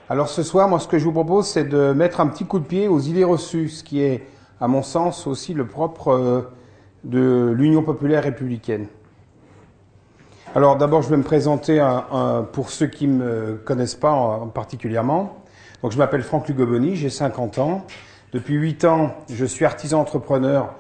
Alors ce soir, moi ce que je vous propose, c'est de mettre un petit coup de pied aux idées reçues, ce qui est, à mon sens, aussi le propre de l'Union populaire républicaine. Alors d'abord, je vais me présenter pour ceux qui ne me connaissent pas particulièrement. Donc je m'appelle Franck Lugoboni, j'ai 50 ans. Depuis 8 ans, je suis artisan entrepreneur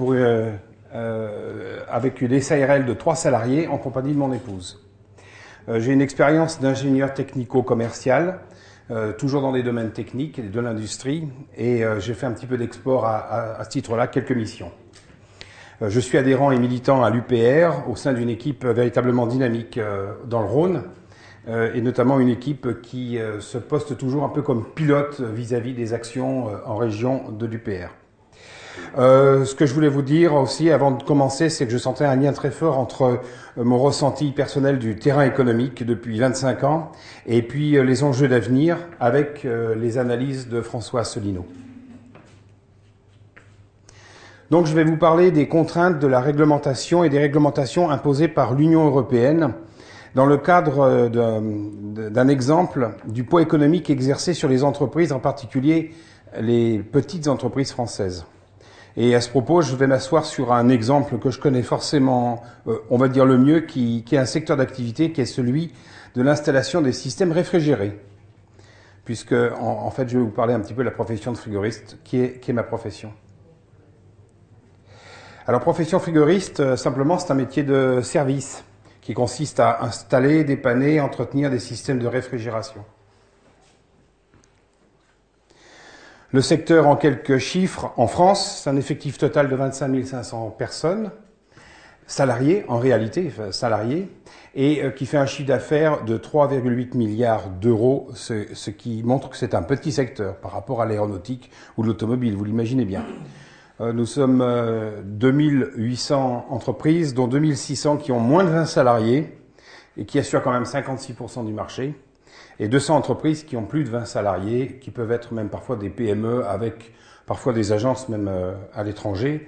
avec une SARL de 3 salariés en compagnie de mon épouse. J'ai une expérience d'ingénieur technico-commercial, toujours dans les domaines techniques et de l'industrie, et j'ai fait un petit peu d'export à ce titre-là, quelques missions. Je suis adhérent et militant à l'UPR au sein d'une équipe véritablement dynamique dans le Rhône, et notamment une équipe qui se poste toujours un peu comme pilote vis-à-vis des actions en région de l'UPR. Ce que je voulais vous dire aussi avant de commencer, c'est que je sentais un lien très fort entre mon ressenti personnel du terrain économique depuis 25 ans et puis les enjeux d'avenir avec les analyses de François Asselineau. Donc je vais vous parler des contraintes de la réglementation et des réglementations imposées par l'Union européenne dans le cadre d'un exemple du poids économique exercé sur les entreprises, en particulier les petites entreprises françaises. Et à ce propos, je vais m'asseoir sur un exemple que je connais forcément, on va dire le mieux, qui est un secteur d'activité qui est celui de l'installation des systèmes réfrigérés. Puisque, en fait, je vais vous parler un petit peu de la profession de frigoriste, qui est ma profession. Alors, profession frigoriste, simplement, c'est un métier de service qui consiste à installer, dépanner, entretenir des systèmes de réfrigération. Le secteur, en quelques chiffres, en France, c'est un effectif total de 25 500 personnes, salariés, en réalité, salariés, et qui fait un chiffre d'affaires de 3,8 milliards d'euros, ce qui montre que c'est un petit secteur par rapport à l'aéronautique ou l'automobile, vous l'imaginez bien. Nous sommes 2800 entreprises, dont 2600 qui ont moins de 20 salariés et qui assurent quand même 56% du marché. Et 200 entreprises qui ont plus de 20 salariés, qui peuvent être même parfois des PME avec parfois des agences même à l'étranger,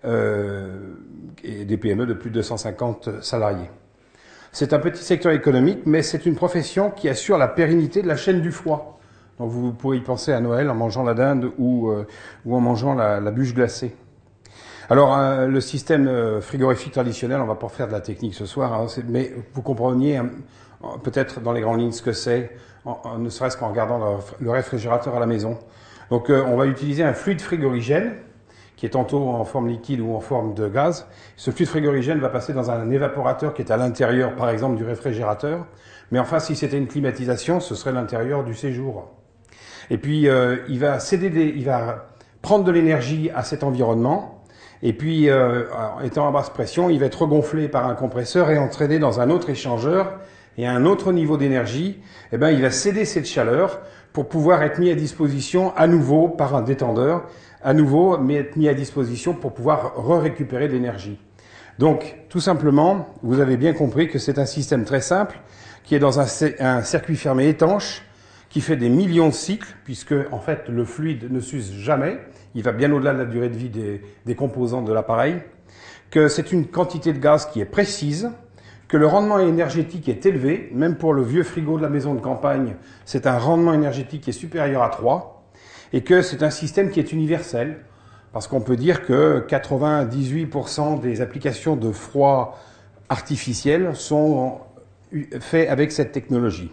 et des PME de plus de 250 salariés. C'est un petit secteur économique, mais c'est une profession qui assure la pérennité de la chaîne du froid. Donc vous pouvez y penser à Noël en mangeant la dinde ou en mangeant la bûche glacée. Alors le système frigorifique traditionnel, on va pas faire de la technique ce soir, hein, mais vous compreniez peut-être dans les grandes lignes ce que c'est, ne serait-ce qu'en regardant le réfrigérateur à la maison. Donc on va utiliser un fluide frigorigène qui est tantôt en forme liquide ou en forme de gaz. Ce fluide frigorigène va passer dans un évaporateur qui est à l'intérieur, par exemple, du réfrigérateur. Mais enfin, si c'était une climatisation, ce serait l'intérieur du séjour. Et puis il va prendre de l'énergie à cet environnement. Et puis, étant à basse pression, il va être regonflé par un compresseur et entraîné dans un autre échangeur. Et à un autre niveau d'énergie, il va céder cette chaleur pour pouvoir être mis à disposition à nouveau par un détendeur, à nouveau être mis à disposition pour pouvoir récupérer de l'énergie. Donc, tout simplement, vous avez bien compris que c'est un système très simple qui est dans un circuit fermé étanche qui fait des millions de cycles, puisque en fait le fluide ne s'use jamais, il va bien au-delà de la durée de vie des composants de l'appareil, que c'est une quantité de gaz qui est précise, que le rendement énergétique est élevé, même pour le vieux frigo de la maison de campagne, c'est un rendement énergétique qui est supérieur à 3, et que c'est un système qui est universel, parce qu'on peut dire que 98% des applications de froid artificiel sont faites avec cette technologie.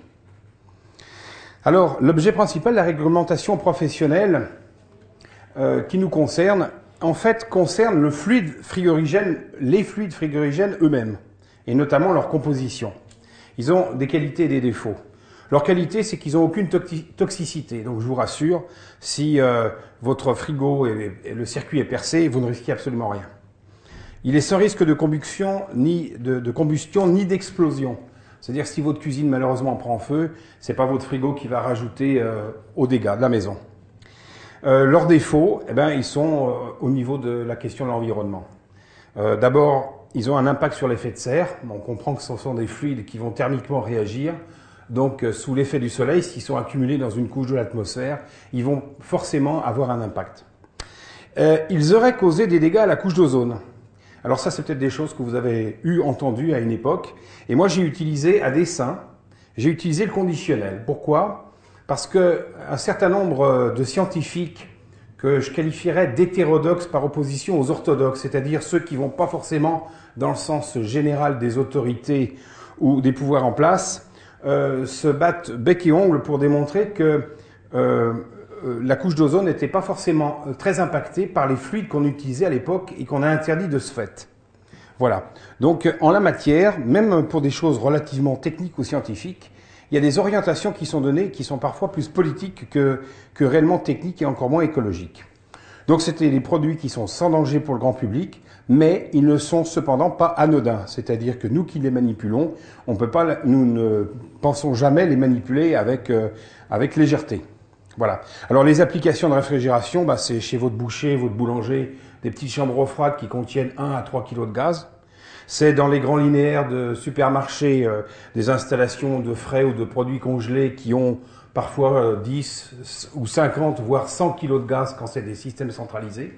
Alors, l'objet principal de la réglementation professionnelle qui nous concerne, en fait, concerne le fluide frigorigène, les fluides frigorigènes eux-mêmes, et notamment leur composition. Ils ont des qualités et des défauts. Leur qualité, c'est qu'ils n'ont aucune toxicité. Donc, je vous rassure, si votre frigo et le circuit est percé, vous ne risquez absolument rien. Il est sans risque de combustion, ni d'explosion. C'est-à-dire si votre cuisine malheureusement prend feu, c'est pas votre frigo qui va rajouter aux dégâts de la maison. Leurs défauts, ils sont au niveau de la question de l'environnement. D'abord, ils ont un impact sur l'effet de serre. On comprend que ce sont des fluides qui vont thermiquement réagir. Donc, sous l'effet du soleil, s'ils sont accumulés dans une couche de l'atmosphère, ils vont forcément avoir un impact. Ils auraient causé des dégâts à la couche d'ozone. Alors ça, c'est peut-être des choses que vous avez entendues à une époque. Et moi, j'ai utilisé à dessein, j'ai utilisé le conditionnel. Pourquoi ? parce que un certain nombre de scientifiques que je qualifierais d'hétérodoxes par opposition aux orthodoxes, c'est-à-dire ceux qui vont pas forcément dans le sens général des autorités ou des pouvoirs en place, se battent bec et ongle pour démontrer que la couche d'ozone n'était pas forcément très impactée par les fluides qu'on utilisait à l'époque et qu'on a interdit de ce fait. Voilà. Donc, en la matière, même pour des choses relativement techniques ou scientifiques, il y a des orientations qui sont données qui sont parfois plus politiques que réellement techniques et encore moins écologiques. Donc, c'était des produits qui sont sans danger pour le grand public, mais ils ne sont cependant pas anodins. C'est-à-dire que nous qui les manipulons, on peut pas, nous ne pensons jamais les manipuler avec légèreté. Voilà. Alors les applications de réfrigération, c'est chez votre boucher, votre boulanger, des petites chambres froides qui contiennent 1 à 3 kg de gaz. C'est dans les grands linéaires de supermarchés des installations de frais ou de produits congelés qui ont parfois 10 ou 50 voire 100 kg de gaz quand c'est des systèmes centralisés.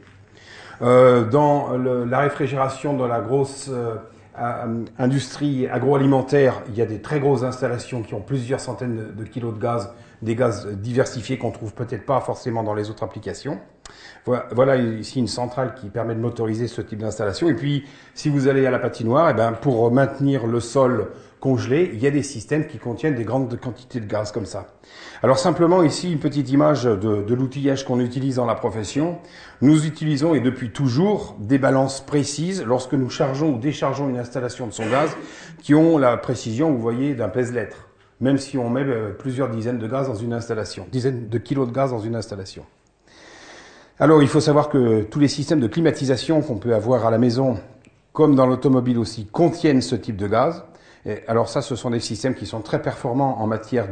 Dans la réfrigération dans la grosse industrie agroalimentaire, il y a des très grosses installations qui ont plusieurs centaines de kilos de gaz, des gaz diversifiés qu'on trouve peut-être pas forcément dans les autres applications. Voilà ici une centrale qui permet de motoriser ce type d'installation. Et puis, si vous allez à la patinoire, pour maintenir le sol congelé, il y a des systèmes qui contiennent des grandes quantités de gaz comme ça. Alors simplement ici, une petite image de l'outillage qu'on utilise dans la profession. Nous utilisons, et depuis toujours, des balances précises lorsque nous chargeons ou déchargeons une installation de son gaz qui ont la précision, vous voyez, d'un pèse-lettre. Même si on met plusieurs dizaines de gaz dans une installation, dizaines de kilos de gaz dans une installation. Alors, il faut savoir que tous les systèmes de climatisation qu'on peut avoir à la maison, comme dans l'automobile aussi, contiennent ce type de gaz. Et alors ça, ce sont des systèmes qui sont très performants en matière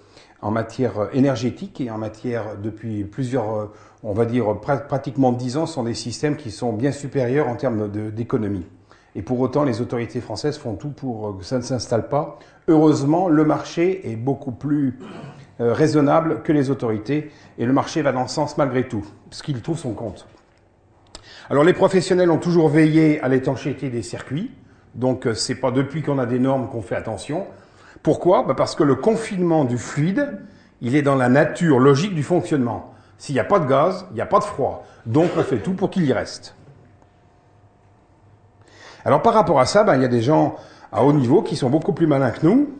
énergétique et en matière, depuis plusieurs, on va dire pratiquement 10 ans, sont des systèmes qui sont bien supérieurs en termes d'économie. Et pour autant, les autorités françaises font tout pour que ça ne s'installe pas. Heureusement, le marché est beaucoup plus raisonnable que les autorités, et le marché va dans ce sens malgré tout, parce qu'il trouve son compte. Alors les professionnels ont toujours veillé à l'étanchéité des circuits, donc c'est pas depuis qu'on a des normes qu'on fait attention. Pourquoi ? Parce que le confinement du fluide, il est dans la nature logique du fonctionnement. S'il n'y a pas de gaz, il n'y a pas de froid, donc on fait tout pour qu'il y reste. Alors par rapport à ça, il y a des gens à haut niveau qui sont beaucoup plus malins que nous,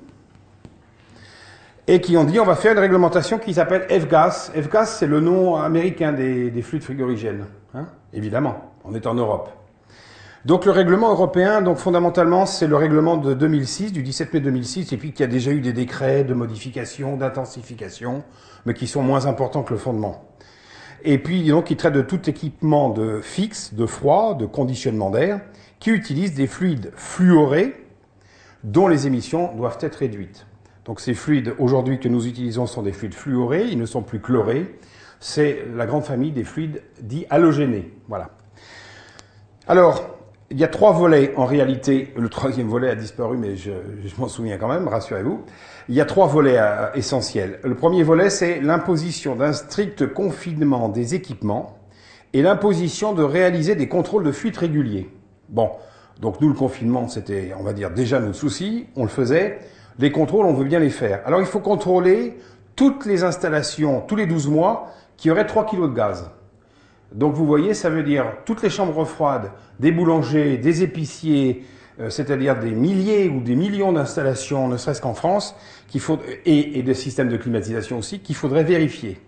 et qui ont dit on va faire une réglementation qui s'appelle F-gas. F-gas, c'est le nom américain des fluides frigorigènes. Évidemment, on est en Europe. Donc le règlement européen, donc fondamentalement, c'est le règlement de 2006, du 17 mai 2006, et puis qu'il y a déjà eu des décrets de modification, d'intensification, mais qui sont moins importants que le fondement. Et puis donc il traite de tout équipement de fixe, de froid, de conditionnement d'air, qui utilise des fluides fluorés dont les émissions doivent être réduites. Donc ces fluides aujourd'hui que nous utilisons sont des fluides fluorés, ils ne sont plus chlorés. C'est la grande famille des fluides dits halogénés. Voilà. Alors, il y a 3 volets en réalité. Le 3e volet a disparu, mais je m'en souviens quand même, rassurez-vous. Il y a 3 volets essentiels. Le premier volet, c'est l'imposition d'un strict confinement des équipements et l'imposition de réaliser des contrôles de fuite réguliers. Bon, donc nous, le confinement, c'était, on va dire, déjà notre souci, on le faisait. Les contrôles, on veut bien les faire. Alors, il faut contrôler toutes les installations, tous les 12 mois, qui auraient 3 kg de gaz. Donc, vous voyez, ça veut dire toutes les chambres froides, des boulangers, des épiciers, c'est-à-dire des milliers ou des millions d'installations, ne serait-ce qu'en France, et des systèmes de climatisation aussi, qu'il faudrait vérifier.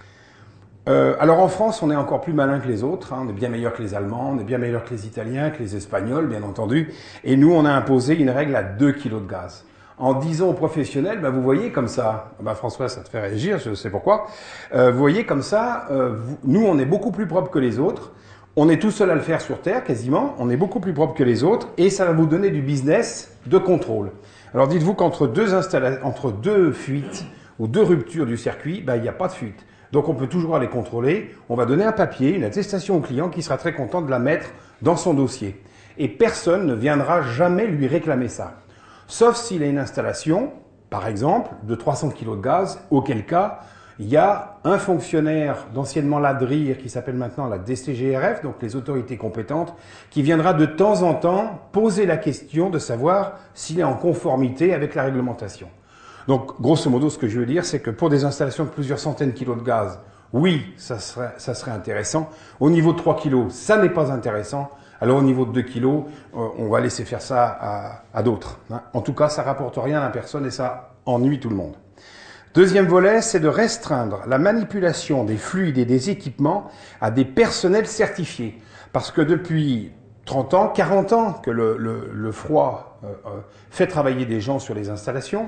Alors en France, on est encore plus malin que les autres, on est bien meilleur que les Allemands, on est bien meilleur que les Italiens, que les Espagnols, bien entendu, et nous, on a imposé une règle à 2 kg de gaz. En disant aux professionnels, vous voyez comme ça, François, ça te fait réagir, je sais pourquoi, vous voyez comme ça, nous, on est beaucoup plus propre que les autres, on est tout seul à le faire sur Terre, quasiment, on est beaucoup plus propre que les autres, et ça va vous donner du business de contrôle. Alors dites-vous qu'entre deux fuites ou 2 ruptures du circuit, il n'y a pas de fuite. Donc on peut toujours aller contrôler, on va donner un papier, une attestation au client qui sera très content de la mettre dans son dossier. Et personne ne viendra jamais lui réclamer ça. Sauf s'il a une installation, par exemple, de 300 kg de gaz, auquel cas, il y a un fonctionnaire d'anciennement l'ADRIR, qui s'appelle maintenant la DCGRF, donc les autorités compétentes, qui viendra de temps en temps poser la question de savoir s'il est en conformité avec la réglementation. Donc, grosso modo, ce que je veux dire, c'est que pour des installations de plusieurs centaines de kilos de gaz, oui, ça serait intéressant. Au niveau de 3 kilos, ça n'est pas intéressant. Alors au niveau de 2 kilos, on va laisser faire ça à d'autres. Hein. En tout cas, ça rapporte rien à la personne et ça ennuie tout le monde. Deuxième volet, c'est de restreindre la manipulation des fluides et des équipements à des personnels certifiés. Parce que depuis 30 ans, 40 ans que le froid fait travailler des gens sur les installations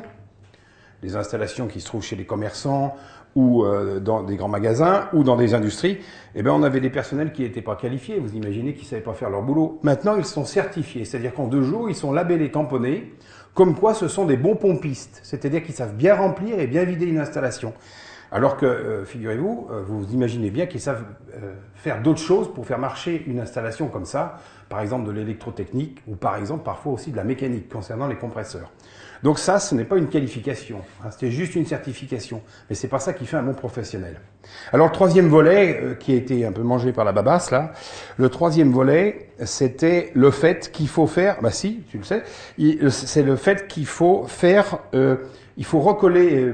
qui se trouvent chez les commerçants ou dans des grands magasins ou dans des industries, eh bien on avait des personnels qui n'étaient pas qualifiés. Vous imaginez qu'ils ne savaient pas faire leur boulot. Maintenant, ils sont certifiés, c'est-à-dire qu'en 2 jours, ils sont labellés, tamponnés, comme quoi ce sont des bons pompistes, c'est-à-dire qu'ils savent bien remplir et bien vider une installation. Alors que, figurez-vous, vous imaginez bien qu'ils savent faire d'autres choses pour faire marcher une installation comme ça, par exemple de l'électrotechnique ou par exemple parfois aussi de la mécanique concernant les compresseurs. Donc ça, ce n'est pas une qualification, hein, c'est juste une certification, mais c'est pas ça qui fait un bon professionnel. Alors le troisième volet, qui a été un peu mangé par la babasse là, le troisième volet, c'était le fait qu'il faut faire, bah si, tu le sais, c'est le fait qu'il faut faire, il faut recoller,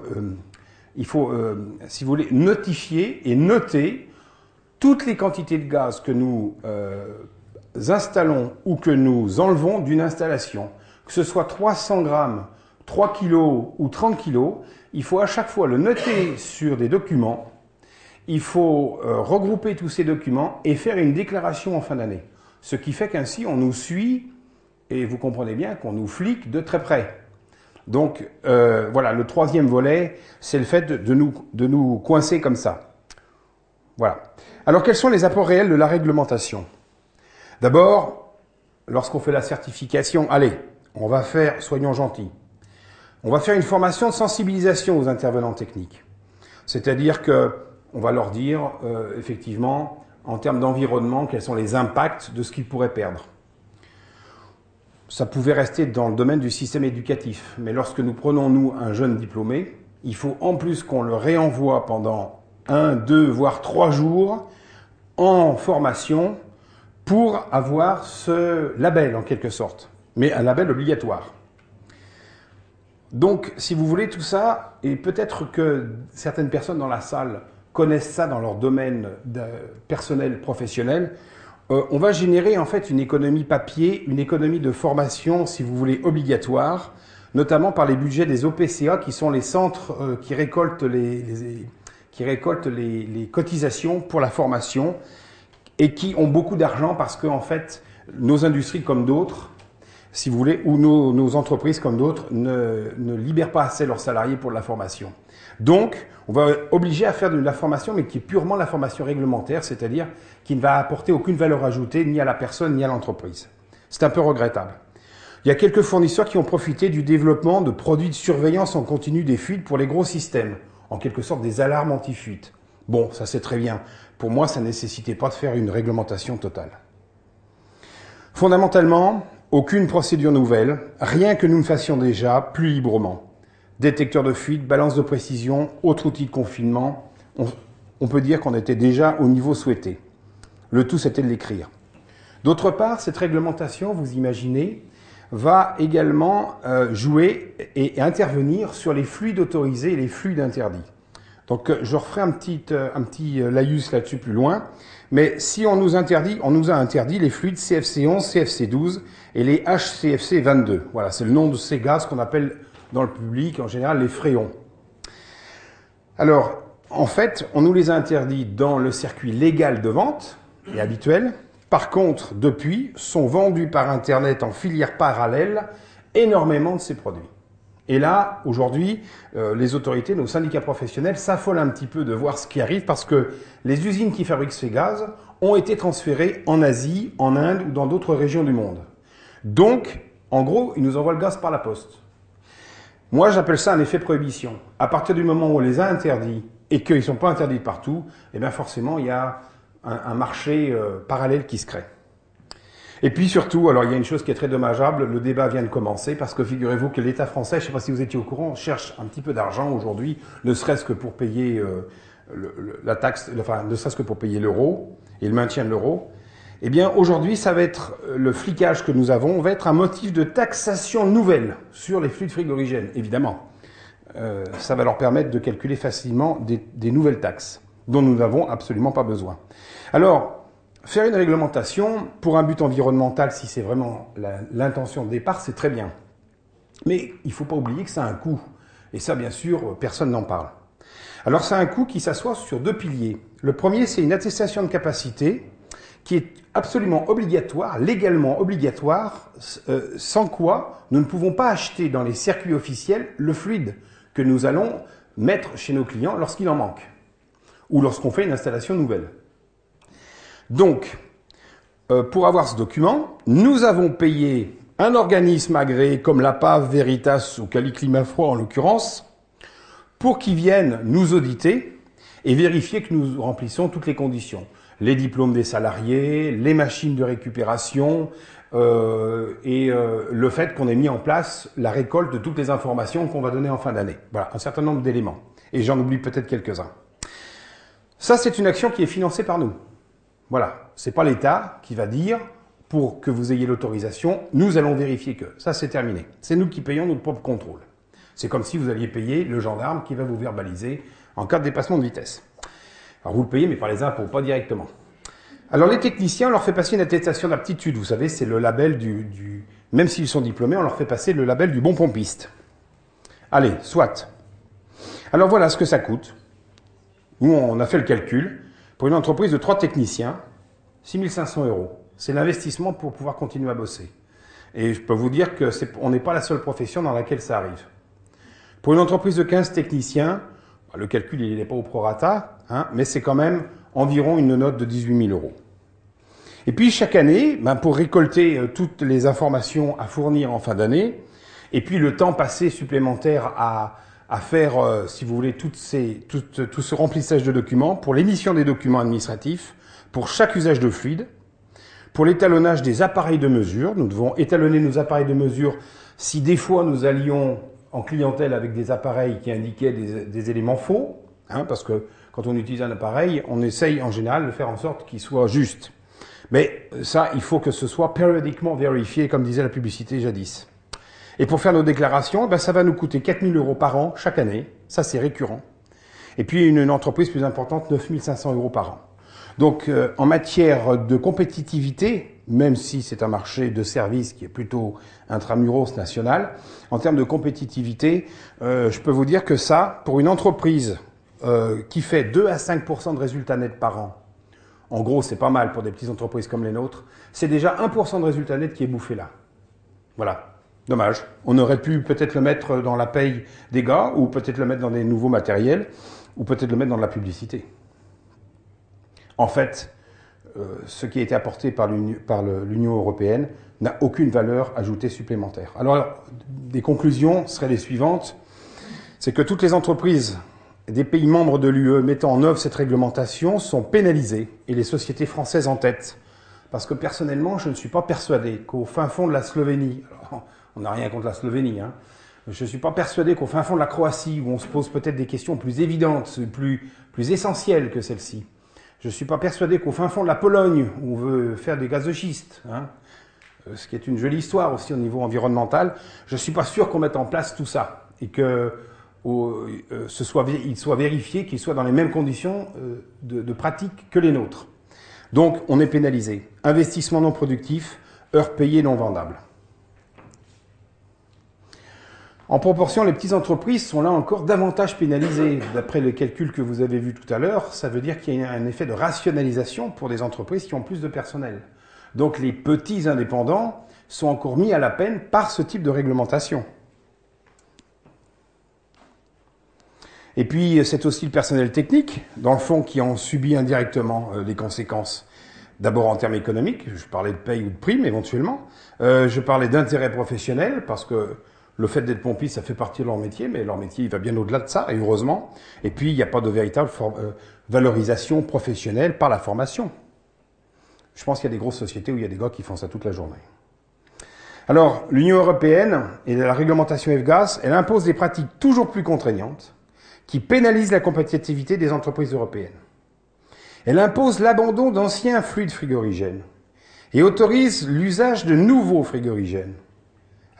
il faut, si vous voulez, notifier et noter toutes les quantités de gaz que nous installons ou que nous enlevons d'une installation. Que ce soit 300 grammes, 3 kilos ou 30 kilos, il faut à chaque fois le noter sur des documents. Il faut regrouper tous ces documents et faire une déclaration en fin d'année. Ce qui fait qu'ainsi on nous suit et vous comprenez bien qu'on nous flique de très près. Donc voilà, le troisième volet, c'est le fait de nous coincer comme ça. Voilà. Alors quels sont les apports réels de la réglementation? D'abord, lorsqu'on fait la certification, allez, on va faire, soyons gentils, on va faire une formation de sensibilisation aux intervenants techniques. C'est-à-dire que on va leur dire, effectivement, en termes d'environnement, quels sont les impacts de ce qu'ils pourraient perdre. Ça pouvait rester dans le domaine du système éducatif, mais lorsque nous prenons, nous, un jeune diplômé, il faut en plus qu'on le réenvoie pendant 1, 2, voire 3 jours en formation pour avoir ce label, en quelque sorte, mais un label obligatoire. Donc, si vous voulez, tout ça, et peut-être que certaines personnes dans la salle connaissent ça dans leur domaine personnel, professionnel, on va générer en fait une économie papier, une économie de formation, si vous voulez, obligatoire, notamment par les budgets des OPCA, qui sont les centres qui récoltent les cotisations pour la formation et qui ont beaucoup d'argent parce que, en fait, nos industries comme d'autres, si vous voulez, ou nos entreprises comme d'autres ne libèrent pas assez leurs salariés pour la formation. Donc, on va obliger à faire de la formation, mais qui est purement la formation réglementaire, c'est-à-dire qui ne va apporter aucune valeur ajoutée ni à la personne ni à l'entreprise. C'est un peu regrettable. Il y a quelques fournisseurs qui ont profité du développement de produits de surveillance en continu des fuites pour les gros systèmes, en quelque sorte des alarmes anti-fuite. Bon, ça c'est très bien. Pour moi, ça ne nécessitait pas de faire une réglementation totale. Fondamentalement, aucune procédure nouvelle, rien que nous ne fassions déjà plus librement. Détecteur de fuite, balance de précision, autres outils de confinement, on peut dire qu'on était déjà au niveau souhaité. Le tout, c'était de l'écrire. D'autre part, cette réglementation, vous imaginez, va également jouer et intervenir sur les fluides autorisés et les fluides interdits. Donc, je referai un petit laïus là-dessus plus loin. Mais si on nous a interdit les fluides CFC11, CFC12 et les HCFC22. Voilà, c'est le nom de ces gaz qu'on appelle dans le public, en général, les fréons. Alors, en fait, on nous les a interdits dans le circuit légal de vente et habituel. Par contre, depuis, sont vendus par Internet en filière parallèle énormément de ces produits. Et là, aujourd'hui, les autorités, nos syndicats professionnels s'affolent un petit peu de voir ce qui arrive parce que les usines qui fabriquent ces gaz ont été transférées en Asie, en Inde ou dans d'autres régions du monde. Donc, en gros, ils nous envoient le gaz par la poste. Moi, j'appelle ça un effet prohibition. À partir du moment où on les a interdits et qu'ils ne sont pas interdits partout, eh bien forcément, il y a un marché parallèle qui se crée. Et puis surtout, alors il y a une chose qui est très dommageable, le débat vient de commencer parce que figurez-vous que l'État français, je ne sais pas si vous étiez au courant, cherche un petit peu d'argent aujourd'hui, ne serait-ce que pour payer la taxe, enfin ne serait-ce que pour payer l'euro et le maintien de l'euro. Eh bien aujourd'hui, ça va être le flicage que nous avons, va être un motif de taxation nouvelle sur les fluides frigorigènes, évidemment. ça va leur permettre de calculer facilement des nouvelles taxes dont nous n'avons absolument pas besoin. Alors, faire une réglementation pour un but environnemental, si c'est vraiment l'intention de départ, c'est très bien. Mais il ne faut pas oublier que ça a un coût. Et ça, bien sûr, personne n'en parle. Alors, ça a un coût qui s'assoit sur deux piliers. Le premier, c'est une attestation de capacité qui est absolument obligatoire, légalement obligatoire, sans quoi nous ne pouvons pas acheter dans les circuits officiels le fluide que nous allons mettre chez nos clients lorsqu'il en manque ou lorsqu'on fait une installation nouvelle. Donc, pour avoir ce document, nous avons payé un organisme agréé comme l'APAV, Veritas ou Cali Climat Froid en l'occurrence, pour qu'ils viennent nous auditer et vérifier que nous remplissons toutes les conditions. Les diplômes des salariés, les machines de récupération le fait qu'on ait mis en place la récolte de toutes les informations qu'on va donner en fin d'année. Voilà, un certain nombre d'éléments. Et j'en oublie peut-être quelques-uns. Ça, c'est une action qui est financée par nous. Voilà, c'est pas l'État qui va dire, pour que vous ayez l'autorisation, nous allons vérifier que. Ça, c'est terminé. C'est nous qui payons notre propre contrôle. C'est comme si vous alliez payer le gendarme qui va vous verbaliser en cas de dépassement de vitesse. Alors vous le payez, mais par les impôts, pas directement. Alors les techniciens, on leur fait passer une attestation d'aptitude. Vous savez, c'est le label même s'ils sont diplômés, on leur fait passer le label du bon pompiste. Allez, soit. Alors voilà ce que ça coûte. Nous, on a fait le calcul. Pour une entreprise de 3 techniciens, 6 500 €. C'est l'investissement pour pouvoir continuer à bosser. Et je peux vous dire qu'on n'est pas la seule profession dans laquelle ça arrive. Pour une entreprise de 15 techniciens, le calcul il n'est pas au prorata, mais c'est quand même environ une note de 18 000 €. Et puis chaque année, pour récolter toutes les informations à fournir en fin d'année, et puis le temps passé supplémentaire à faire, si vous voulez, tout ce remplissage de documents, pour l'émission des documents administratifs, pour chaque usage de fluide, pour l'étalonnage des appareils de mesure. Nous devons étalonner nos appareils de mesure si des fois nous allions en clientèle avec des appareils qui indiquaient des éléments faux, parce que quand on utilise un appareil, on essaye en général de faire en sorte qu'il soit juste. Mais ça, il faut que ce soit périodiquement vérifié, comme disait la publicité jadis. Et pour faire nos déclarations, ça va nous coûter 4 000 € par an chaque année. Ça, c'est récurrent. Et puis, une entreprise plus importante, 9 500 € par an. Donc, en matière de compétitivité, même si c'est un marché de services qui est plutôt intramuros national, en termes de compétitivité, je peux vous dire que ça, pour une entreprise qui fait 2 à 5% de résultats nets par an, en gros, c'est pas mal pour des petites entreprises comme les nôtres, c'est déjà 1% de résultat net qui est bouffé là. Voilà. Dommage. On aurait pu peut-être le mettre dans la paye des gars, ou peut-être le mettre dans des nouveaux matériels, ou peut-être le mettre dans de la publicité. En fait, ce qui a été apporté par l'Union européenne n'a aucune valeur ajoutée supplémentaire. Alors, des conclusions seraient les suivantes. C'est que toutes les entreprises des pays membres de l'UE mettant en œuvre cette réglementation sont pénalisées, et les sociétés françaises en tête. Parce que personnellement, je ne suis pas persuadé qu'au fin fond de la Slovénie, alors, on n'a rien contre la Slovénie, je ne suis pas persuadé qu'au fin fond de la Croatie, où on se pose peut-être des questions plus évidentes, plus essentielles que celles-ci, je ne suis pas persuadé qu'au fin fond de la Pologne, où on veut faire des gaz de schiste, ce qui est une jolie histoire aussi au niveau environnemental, je ne suis pas sûr qu'on mette en place tout ça, et que il soit vérifié qu'il soit dans les mêmes conditions de pratique que les nôtres. Donc, on est pénalisé. Investissement non productif, heures payées non vendables. En proportion, les petites entreprises sont là encore davantage pénalisées. D'après le calcul que vous avez vu tout à l'heure, ça veut dire qu'il y a un effet de rationalisation pour des entreprises qui ont plus de personnel. Donc, les petits indépendants sont encore mis à la peine par ce type de réglementation. Et puis, c'est aussi le personnel technique, dans le fond, qui en subit indirectement les conséquences. D'abord en termes économiques, je parlais de paye ou de prime éventuellement. Je parlais d'intérêt professionnel, parce que le fait d'être pompiste, ça fait partie de leur métier, mais leur métier, il va bien au-delà de ça, et heureusement. Et puis, il n'y a pas de véritable valorisation professionnelle par la formation. Je pense qu'il y a des grosses sociétés où il y a des gars qui font ça toute la journée. Alors, l'Union européenne et la réglementation F-Gas, elle impose des pratiques toujours plus contraignantes, qui pénalise la compétitivité des entreprises européennes. Elle impose l'abandon d'anciens fluides frigorigènes et autorise l'usage de nouveaux frigorigènes,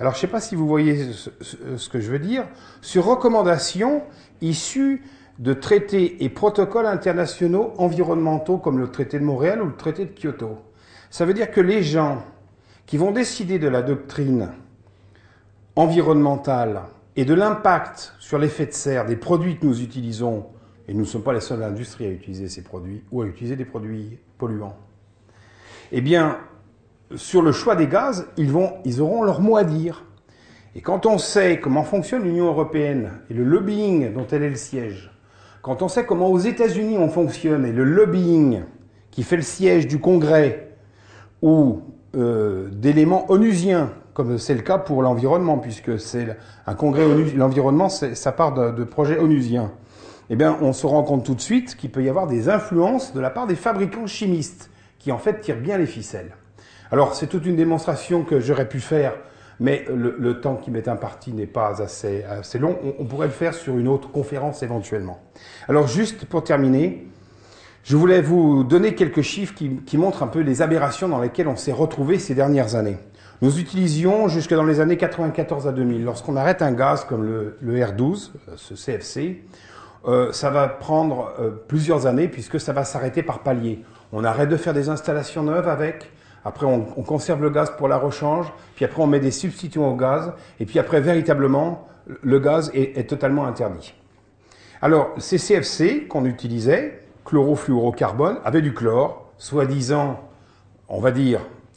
Alors, je ne sais pas si vous voyez ce que je veux dire, sur recommandation issue de traités et protocoles internationaux environnementaux comme le traité de Montréal ou le traité de Kyoto. Ça veut dire que les gens qui vont décider de la doctrine environnementale et de l'impact sur l'effet de serre des produits que nous utilisons, et nous ne sommes pas les seules industries à utiliser ces produits ou à utiliser des produits polluants, eh bien, sur le choix des gaz, ils auront leur mot à dire. Et quand on sait comment fonctionne l'Union européenne et le lobbying dont elle est le siège, quand on sait comment aux États-Unis on fonctionne et le lobbying qui fait le siège du Congrès ou d'éléments onusiens, comme c'est le cas pour l'environnement, puisque c'est un congrès onusien, l'environnement, ça part de projets onusiens, eh bien, on se rend compte tout de suite qu'il peut y avoir des influences de la part des fabricants chimistes, qui en fait tirent bien les ficelles. Alors, c'est toute une démonstration que j'aurais pu faire, mais le temps qui m'est imparti n'est pas assez long. On pourrait le faire sur une autre conférence éventuellement. Alors, juste pour terminer, je voulais vous donner quelques chiffres qui montrent un peu les aberrations dans lesquelles on s'est retrouvé ces dernières années. Nous utilisions jusque dans les années 94 à 2000. Lorsqu'on arrête un gaz comme le R12, ce CFC, ça va prendre plusieurs années puisque ça va s'arrêter par palier. On arrête de faire des installations neuves avec, après on conserve le gaz pour la rechange, puis après on met des substituants au gaz, et puis après véritablement le gaz est totalement interdit. Alors ces CFC qu'on utilisait, chlorofluorocarbone, avaient du chlore, soi-disant, on va dire,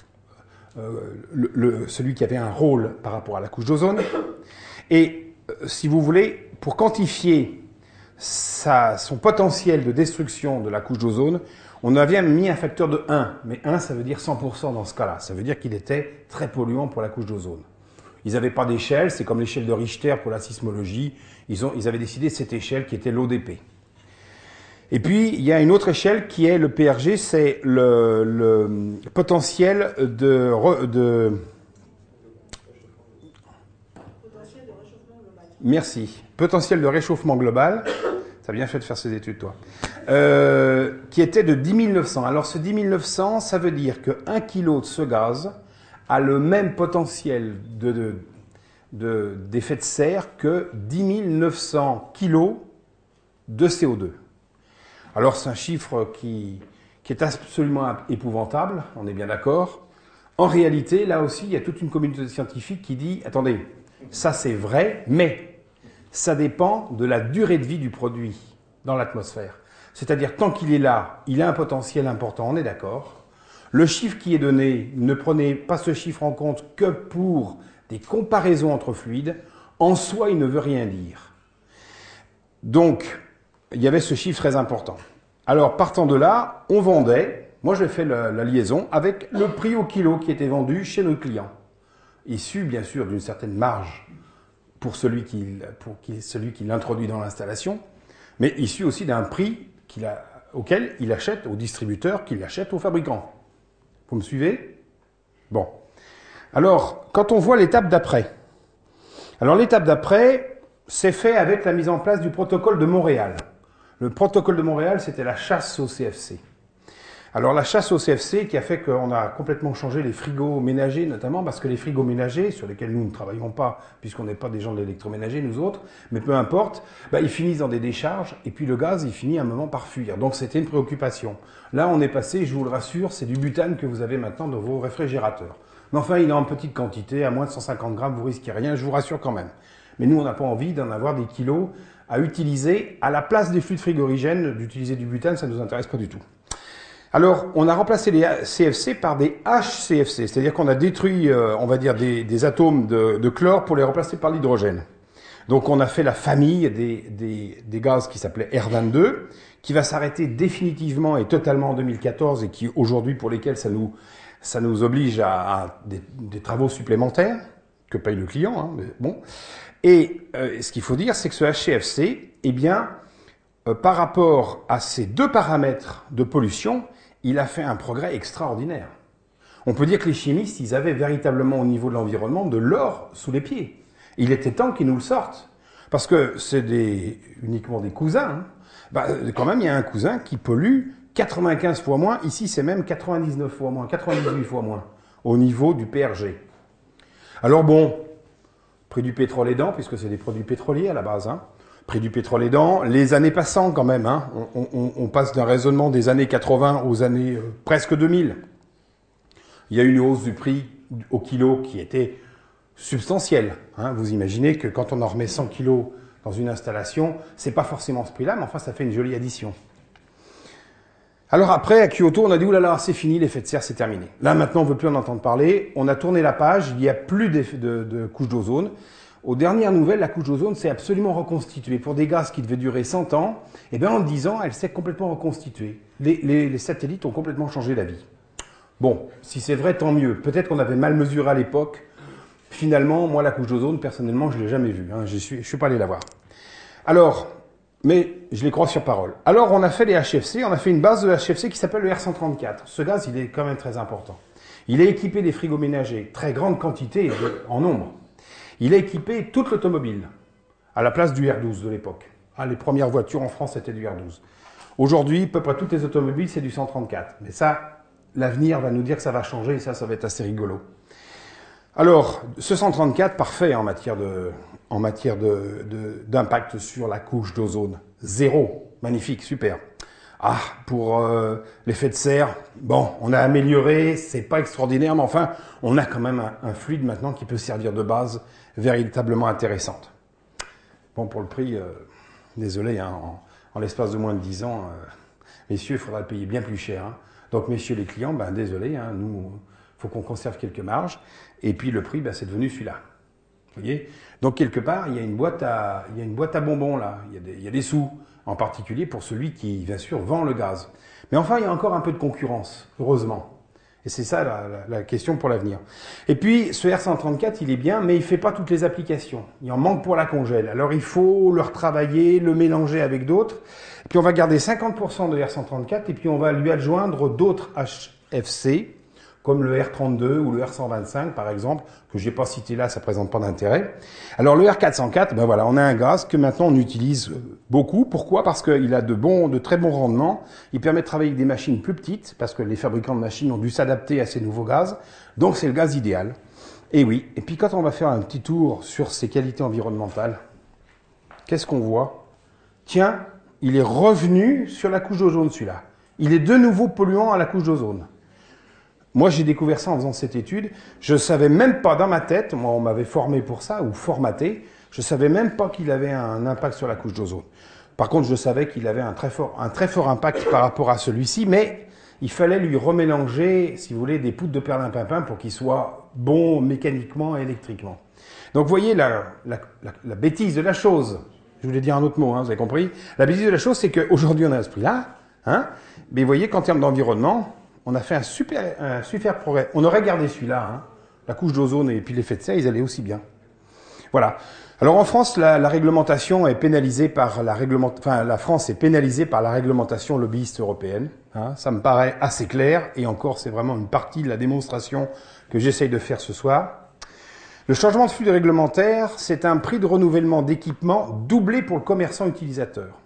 celui qui avait un rôle par rapport à la couche d'ozone. Et si vous voulez, pour quantifier son potentiel de destruction de la couche d'ozone, on avait mis un facteur de 1. Mais 1, ça veut dire 100% dans ce cas-là. Ça veut dire qu'il était très polluant pour la couche d'ozone. Ils n'avaient pas d'échelle, c'est comme l'échelle de Richter pour la sismologie. Ils avaient décidé de cette échelle qui était l'ODP. Et puis, il y a une autre échelle qui est le PRG, c'est le potentiel de Merci. Potentiel de réchauffement global. Ça a bien fait de faire ces études, toi. Qui était de 10 900. Alors, ce 10 900, ça veut dire que 1 kg de ce gaz a le même potentiel d'effet de serre que 10 900 kg de CO2. Alors, c'est un chiffre qui est absolument épouvantable, on est bien d'accord. En réalité, là aussi, il y a toute une communauté scientifique qui dit « Attendez, ça c'est vrai, mais ça dépend de la durée de vie du produit dans l'atmosphère. C'est-à-dire, tant qu'il est là, il a un potentiel important, on est d'accord. Le chiffre qui est donné, ne prenez pas ce chiffre en compte que pour des comparaisons entre fluides. En soi, il ne veut rien dire. Donc, il y avait ce chiffre très important. Alors, partant de là, on vendait, moi j'ai fait la liaison, avec le prix au kilo qui était vendu chez nos clients. Issu, bien sûr, d'une certaine marge pour celui qui l'introduit dans l'installation, mais issu aussi d'un prix auquel il achète au distributeur, qu'il achète au fabricant. Vous me suivez? Bon. Alors, quand on voit l'étape d'après, alors l'étape d'après, c'est fait avec la mise en place du protocole de Montréal. Le protocole de Montréal, c'était la chasse au CFC. Alors la chasse au CFC qui a fait qu'on a complètement changé les frigos ménagers, notamment parce que les frigos ménagers, sur lesquels nous ne travaillons pas, puisqu'on n'est pas des gens de l'électroménager, nous autres, mais peu importe, ils finissent dans des décharges, et puis le gaz, il finit à un moment par fuir. Donc c'était une préoccupation. Là, on est passé, je vous le rassure, c'est du butane que vous avez maintenant dans vos réfrigérateurs. Mais enfin, il est en petite quantité, à moins de 150 grammes, vous risquez rien, je vous rassure quand même. Mais nous, on n'a pas envie d'en avoir des kilos à utiliser à la place des fluides frigorigènes, d'utiliser du butane, ça ne nous intéresse pas du tout. Alors, on a remplacé les CFC par des HCFC, c'est-à-dire qu'on a détruit, on va dire, des atomes de chlore pour les remplacer par l'hydrogène. Donc, on a fait la famille des gaz qui s'appelait R22, qui va s'arrêter définitivement et totalement en 2014 et qui, aujourd'hui, pour lesquels ça nous oblige à des travaux supplémentaires que paye le client, hein, mais bon. Et ce qu'il faut dire, c'est que ce HCFC, eh bien, par rapport à ces deux paramètres de pollution, il a fait un progrès extraordinaire. On peut dire que les chimistes, ils avaient véritablement au niveau de l'environnement de l'or sous les pieds. Il était temps qu'ils nous le sortent. Parce que c'est uniquement des cousins. Hein. Quand même, il y a un cousin qui pollue 95 fois moins. Ici, c'est même 99 fois moins, 98 fois moins au niveau du PRG. Alors bon, Prix du pétrole aidant, puisque c'est des produits pétroliers à la base, hein. Prix du pétrole aidant, les années passant quand même, hein. On passe d'un raisonnement des années 80 aux années presque 2000. Il y a eu une hausse du prix au kilo qui était substantielle, hein. Vous imaginez que quand on en remet 100 kilos dans une installation, c'est pas forcément ce prix-là, mais enfin ça fait une jolie addition. Alors après, à Kyoto, on a dit, oulala, c'est fini, l'effet de serre, c'est terminé. Là, maintenant, on ne veut plus en entendre parler. On a tourné la page, il n'y a plus de couche d'ozone. Aux dernières nouvelles, la couche d'ozone s'est absolument reconstituée. Pour des gaz qui devaient durer 100 ans, eh bien, en 10 ans, elle s'est complètement reconstituée. Les satellites ont complètement changé la vie. Bon, si c'est vrai, tant mieux. Peut-être qu'on avait mal mesuré à l'époque. Finalement, moi, la couche d'ozone, personnellement, je ne l'ai jamais vue, hein. Je suis pas allé la voir. Alors, mais je les crois sur parole. Alors, on a fait les HFC, on a fait une base de HFC qui s'appelle le R134. Ce gaz, il est quand même très important. Il est équipé des frigos ménagers, très grande quantité en nombre. Il est équipé toute l'automobile, à la place du R12 de l'époque. Ah, les premières voitures en France, c'était du R12. Aujourd'hui, à peu près toutes les automobiles, c'est du 134. Mais ça, l'avenir va nous dire que ça va changer et ça va être assez rigolo. Alors, ce 134, parfait en matière d'impact sur la couche d'ozone. 0. Magnifique, super. Ah, pour l'effet de serre, bon, on a amélioré, c'est pas extraordinaire, mais enfin, on a quand même un fluide maintenant qui peut servir de base véritablement intéressante. Bon, pour le prix, désolé, hein, en l'espace de moins de 10 ans, messieurs, il faudra le payer bien plus cher, hein. Donc, messieurs les clients, ben désolé, hein, nous, faut qu'on conserve quelques marges. Et puis le prix, ben, c'est devenu celui-là. Vous voyez? Donc quelque part, il y a une boîte à bonbons là. Il y a des sous, en particulier pour celui qui, bien sûr, vend le gaz. Mais enfin, il y a encore un peu de concurrence, heureusement. Et c'est ça la question pour l'avenir. Et puis, ce R134, il est bien, mais il ne fait pas toutes les applications. Il en manque pour la congèle. Alors, il faut le retravailler, le mélanger avec d'autres. Et puis, on va garder 50% de R134 et puis on va lui adjoindre d'autres HFC, comme le R32 ou le R125 par exemple, que je n'ai pas cité là, ça présente pas d'intérêt. Alors le R404, ben voilà, on a un gaz que maintenant on utilise beaucoup. Pourquoi? Parce qu'il a de très bons rendements. Il permet de travailler avec des machines plus petites, parce que les fabricants de machines ont dû s'adapter à ces nouveaux gaz. Donc c'est le gaz idéal. Et oui, et puis quand on va faire un petit tour sur ses qualités environnementales, qu'est-ce qu'on voit? Tiens, il est revenu sur la couche d'ozone celui-là. Il est de nouveau polluant à la couche d'ozone. Moi, j'ai découvert ça en faisant cette étude. Je savais même pas dans ma tête, moi on m'avait formé pour ça, ou formaté, je savais même pas qu'il avait un impact sur la couche d'ozone. Par contre, je savais qu'il avait un très fort impact par rapport à celui-ci, mais il fallait lui remélanger, si vous voulez, des poutres de perlimpinpin pour qu'il soit bon mécaniquement et électriquement. Donc, vous voyez la bêtise de la chose. Je voulais dire un autre mot, hein, vous avez compris. La bêtise de la chose, c'est qu'aujourd'hui, on a ce prix-là, hein, mais vous voyez qu'en termes d'environnement, on a fait un super progrès. On aurait gardé celui-là, hein. La couche d'ozone et puis l'effet de serre, ils allaient aussi bien. Voilà. Alors en France, la réglementation est pénalisée par la France est pénalisée par la réglementation lobbyiste européenne, hein. Ça me paraît assez clair, et encore, c'est vraiment une partie de la démonstration que j'essaye de faire ce soir. Le changement de flux réglementaire, c'est un prix de renouvellement d'équipement doublé pour le commerçant utilisateur.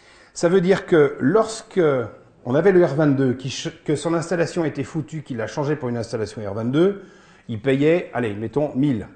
Ça veut dire que lorsque on avait le R22, que son installation était foutue, qu'il a changé pour une installation R22, il payait, allez, mettons 1000.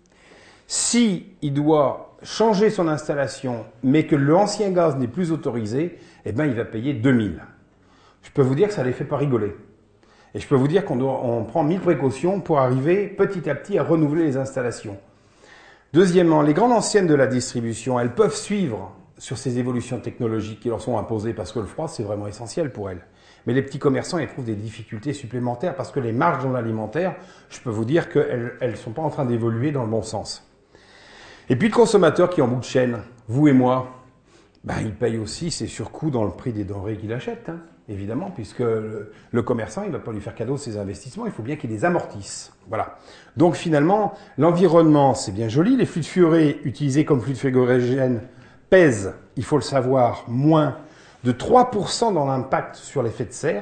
Si il doit changer son installation, mais que l'ancien gaz n'est plus autorisé, eh ben, il va payer 2000. Je peux vous dire que ça ne les fait pas rigoler. Et je peux vous dire qu'on prend 1000 précautions pour arriver petit à petit à renouveler les installations. Deuxièmement, les grandes anciennes de la distribution, elles peuvent suivre sur ces évolutions technologiques qui leur sont imposées, parce que le froid, c'est vraiment essentiel pour elles. Mais les petits commerçants éprouvent des difficultés supplémentaires, parce que les marges dans l'alimentaire, je peux vous dire qu'elles ne sont pas en train d'évoluer dans le bon sens. Et puis le consommateur qui est en bout de chaîne, vous et moi, ben, il paye aussi ses surcoûts dans le prix des denrées qu'il achète, hein, évidemment, puisque le commerçant, il ne va pas lui faire cadeau de ses investissements, il faut bien qu'il les amortisse. Voilà. Donc finalement, l'environnement, c'est bien joli, les fluides fluorés utilisés comme fluides frigorigènes pèse, il faut le savoir, moins de 3% dans l'impact sur l'effet de serre.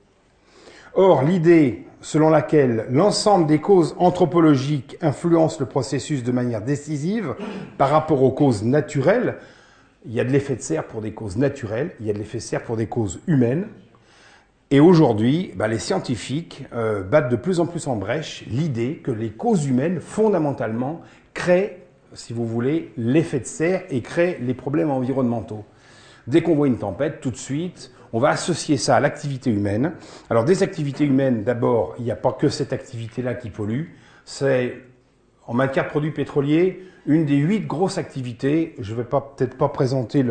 Or, l'idée selon laquelle l'ensemble des causes anthropologiques influencent le processus de manière décisive par rapport aux causes naturelles, il y a de l'effet de serre pour des causes naturelles, il y a de l'effet de serre pour des causes humaines. Et aujourd'hui, les scientifiques battent de plus en plus en brèche l'idée que les causes humaines, fondamentalement, créent si vous voulez, l'effet de serre et crée les problèmes environnementaux. Dès qu'on voit une tempête, tout de suite, on va associer ça à l'activité humaine. Alors des activités humaines, d'abord, il n'y a pas que cette activité-là qui pollue. C'est, en matière de produits pétroliers, une des 8 grosses activités. Je ne vais peut-être pas présenter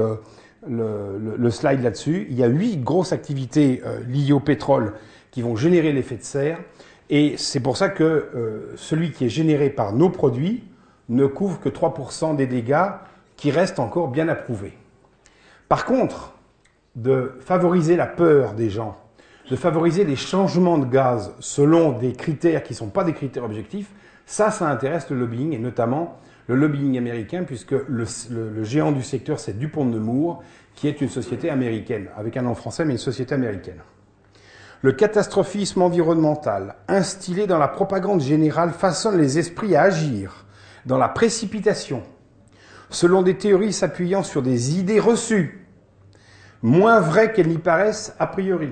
le slide là-dessus. Il y a 8 grosses activités liées au pétrole qui vont générer l'effet de serre. Et c'est pour ça que celui qui est généré par nos produits ne couvre que 3% des dégâts qui restent encore bien à prouver. Par contre, de favoriser la peur des gens, de favoriser les changements de gaz selon des critères qui ne sont pas des critères objectifs, ça intéresse le lobbying, et notamment le lobbying américain, puisque le géant du secteur, c'est DuPont de Nemours, qui est une société américaine, avec un nom français, mais une société américaine. Le catastrophisme environnemental, instillé dans la propagande générale, façonne les esprits à agir dans la précipitation, selon des théories s'appuyant sur des idées reçues, moins vraies qu'elles n'y paraissent a priori.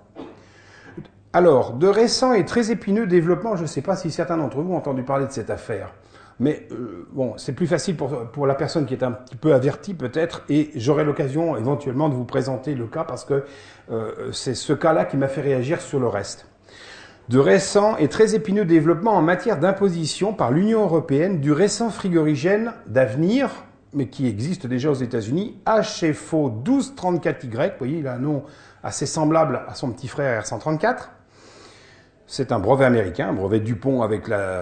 Alors, de récents et très épineux développements, je ne sais pas si certains d'entre vous ont entendu parler de cette affaire, mais bon, c'est plus facile pour la personne qui est un petit peu avertie peut-être, et j'aurai l'occasion éventuellement de vous présenter le cas parce que c'est ce cas-là qui m'a fait réagir sur le reste. De récents et très épineux développements en matière d'imposition par l'Union européenne du récent frigorigène d'avenir, mais qui existe déjà aux États-Unis, HFO 1234Y, vous voyez, il a un nom assez semblable à son petit frère R134. C'est un brevet américain, un brevet Dupont avec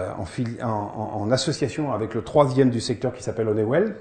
en association avec le troisième du secteur qui s'appelle Honeywell.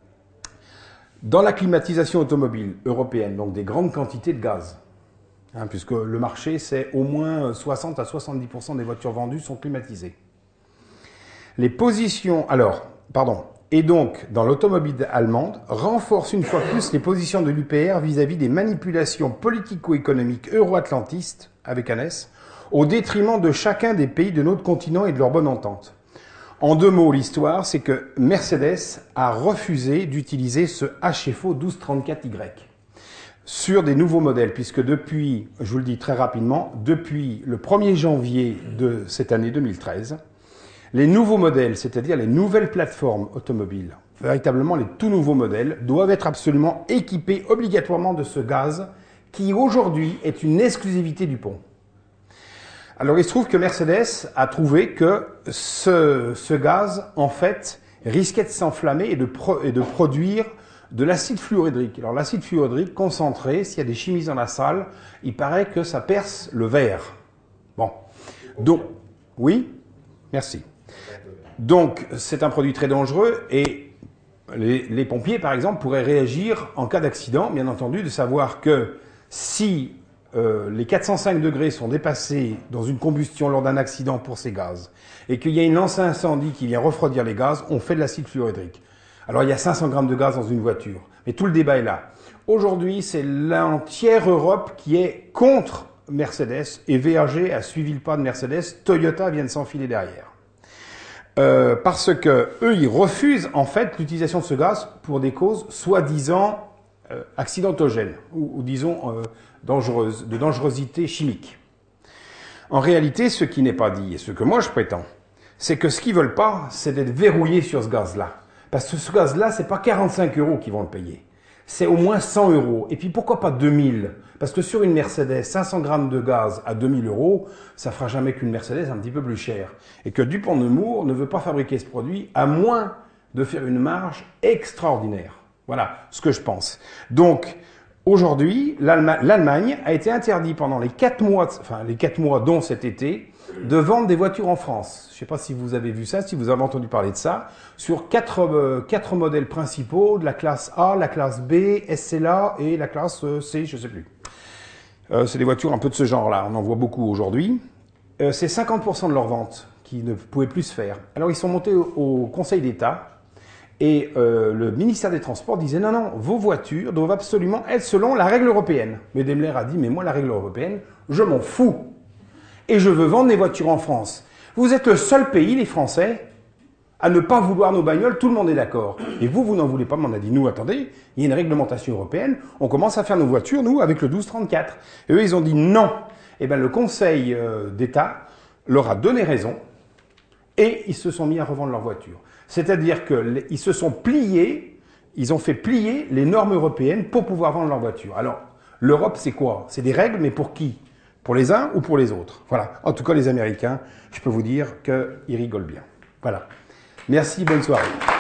Dans la climatisation automobile européenne, donc des grandes quantités de gaz, puisque le marché, c'est au moins 60 à 70% des voitures vendues sont climatisées. Les positions, et donc, dans l'automobile allemande, renforce une fois plus les positions de l'UPR vis-à-vis des manipulations politico-économiques euro-atlantistes, avec un S, au détriment de chacun des pays de notre continent et de leur bonne entente. En 2 mots, l'histoire, c'est que Mercedes a refusé d'utiliser ce HFO 1234Y sur des nouveaux modèles, puisque depuis, je vous le dis très rapidement, depuis le 1er janvier de cette année 2013, les nouveaux modèles, c'est-à-dire les nouvelles plateformes automobiles, véritablement les tout nouveaux modèles, doivent être absolument équipés obligatoirement de ce gaz qui aujourd'hui est une exclusivité du Dupont. Alors il se trouve que Mercedes a trouvé que ce gaz, en fait, risquait de s'enflammer et de produire de l'acide fluorhydrique. Alors l'acide fluorhydrique concentré, s'il y a des chimistes dans la salle, il paraît que ça perce le verre. Bon. Donc, oui, merci. Donc, c'est un produit très dangereux et les pompiers, par exemple, pourraient réagir en cas d'accident, bien entendu, de savoir que si les 405 degrés sont dépassés dans une combustion lors d'un accident pour ces gaz et qu'il y a une lance à incendie qui vient refroidir les gaz, on fait de l'acide fluorhydrique. Alors, il y a 500 grammes de gaz dans une voiture, mais tout le débat est là. Aujourd'hui, c'est l'entière Europe qui est contre Mercedes et VAG a suivi le pas de Mercedes, Toyota vient de s'enfiler derrière. Parce que eux, ils refusent en fait l'utilisation de ce gaz pour des causes soi-disant accidentogènes ou disons dangereuses, de dangerosité chimique. En réalité, ce qui n'est pas dit et ce que moi je prétends, c'est que ce qu'ils veulent pas, c'est d'être verrouillés sur ce gaz-là. Parce que ce gaz-là, c'est pas 45 € qu'ils vont le payer. C'est au moins 100 €. Et puis pourquoi pas 2000 €? Parce que sur une Mercedes, 500 grammes de gaz à 2000 €, ça fera jamais qu'une Mercedes un petit peu plus chère. Et que Dupont de Nemours ne veut pas fabriquer ce produit à moins de faire une marge extraordinaire. Voilà ce que je pense. Donc, aujourd'hui, l'Allemagne a été interdit pendant les 4 mois dont cet été, de vendre des voitures en France. Je ne sais pas si vous avez vu ça, si vous avez entendu parler de ça, sur 4 modèles principaux, de la classe A, la classe B, SLA et la classe C, je ne sais plus. C'est des voitures un peu de ce genre-là, on en voit beaucoup aujourd'hui. C'est 50% de leurs ventes qui ne pouvaient plus se faire. Alors ils sont montés au Conseil d'État et le ministère des Transports disait non, vos voitures doivent absolument être selon la règle européenne. Mais Daimler a dit, mais moi la règle européenne, je m'en fous. Et je veux vendre mes voitures en France. Vous êtes le seul pays, les Français, à ne pas vouloir nos bagnoles, tout le monde est d'accord. Et vous n'en voulez pas, mais on a dit, nous, attendez, il y a une réglementation européenne, on commence à faire nos voitures, nous, avec le 1234. Et eux, ils ont dit non. Eh bien, le Conseil d'État leur a donné raison, et ils se sont mis à revendre leurs voitures. C'est-à-dire qu'ils se sont pliés, ils ont fait plier les normes européennes pour pouvoir vendre leur voiture. Alors, l'Europe, c'est quoi? C'est des règles, mais pour qui? Pour les uns ou pour les autres? Voilà. En tout cas, les Américains, je peux vous dire qu'ils rigolent bien. Voilà. Merci, bonne soirée.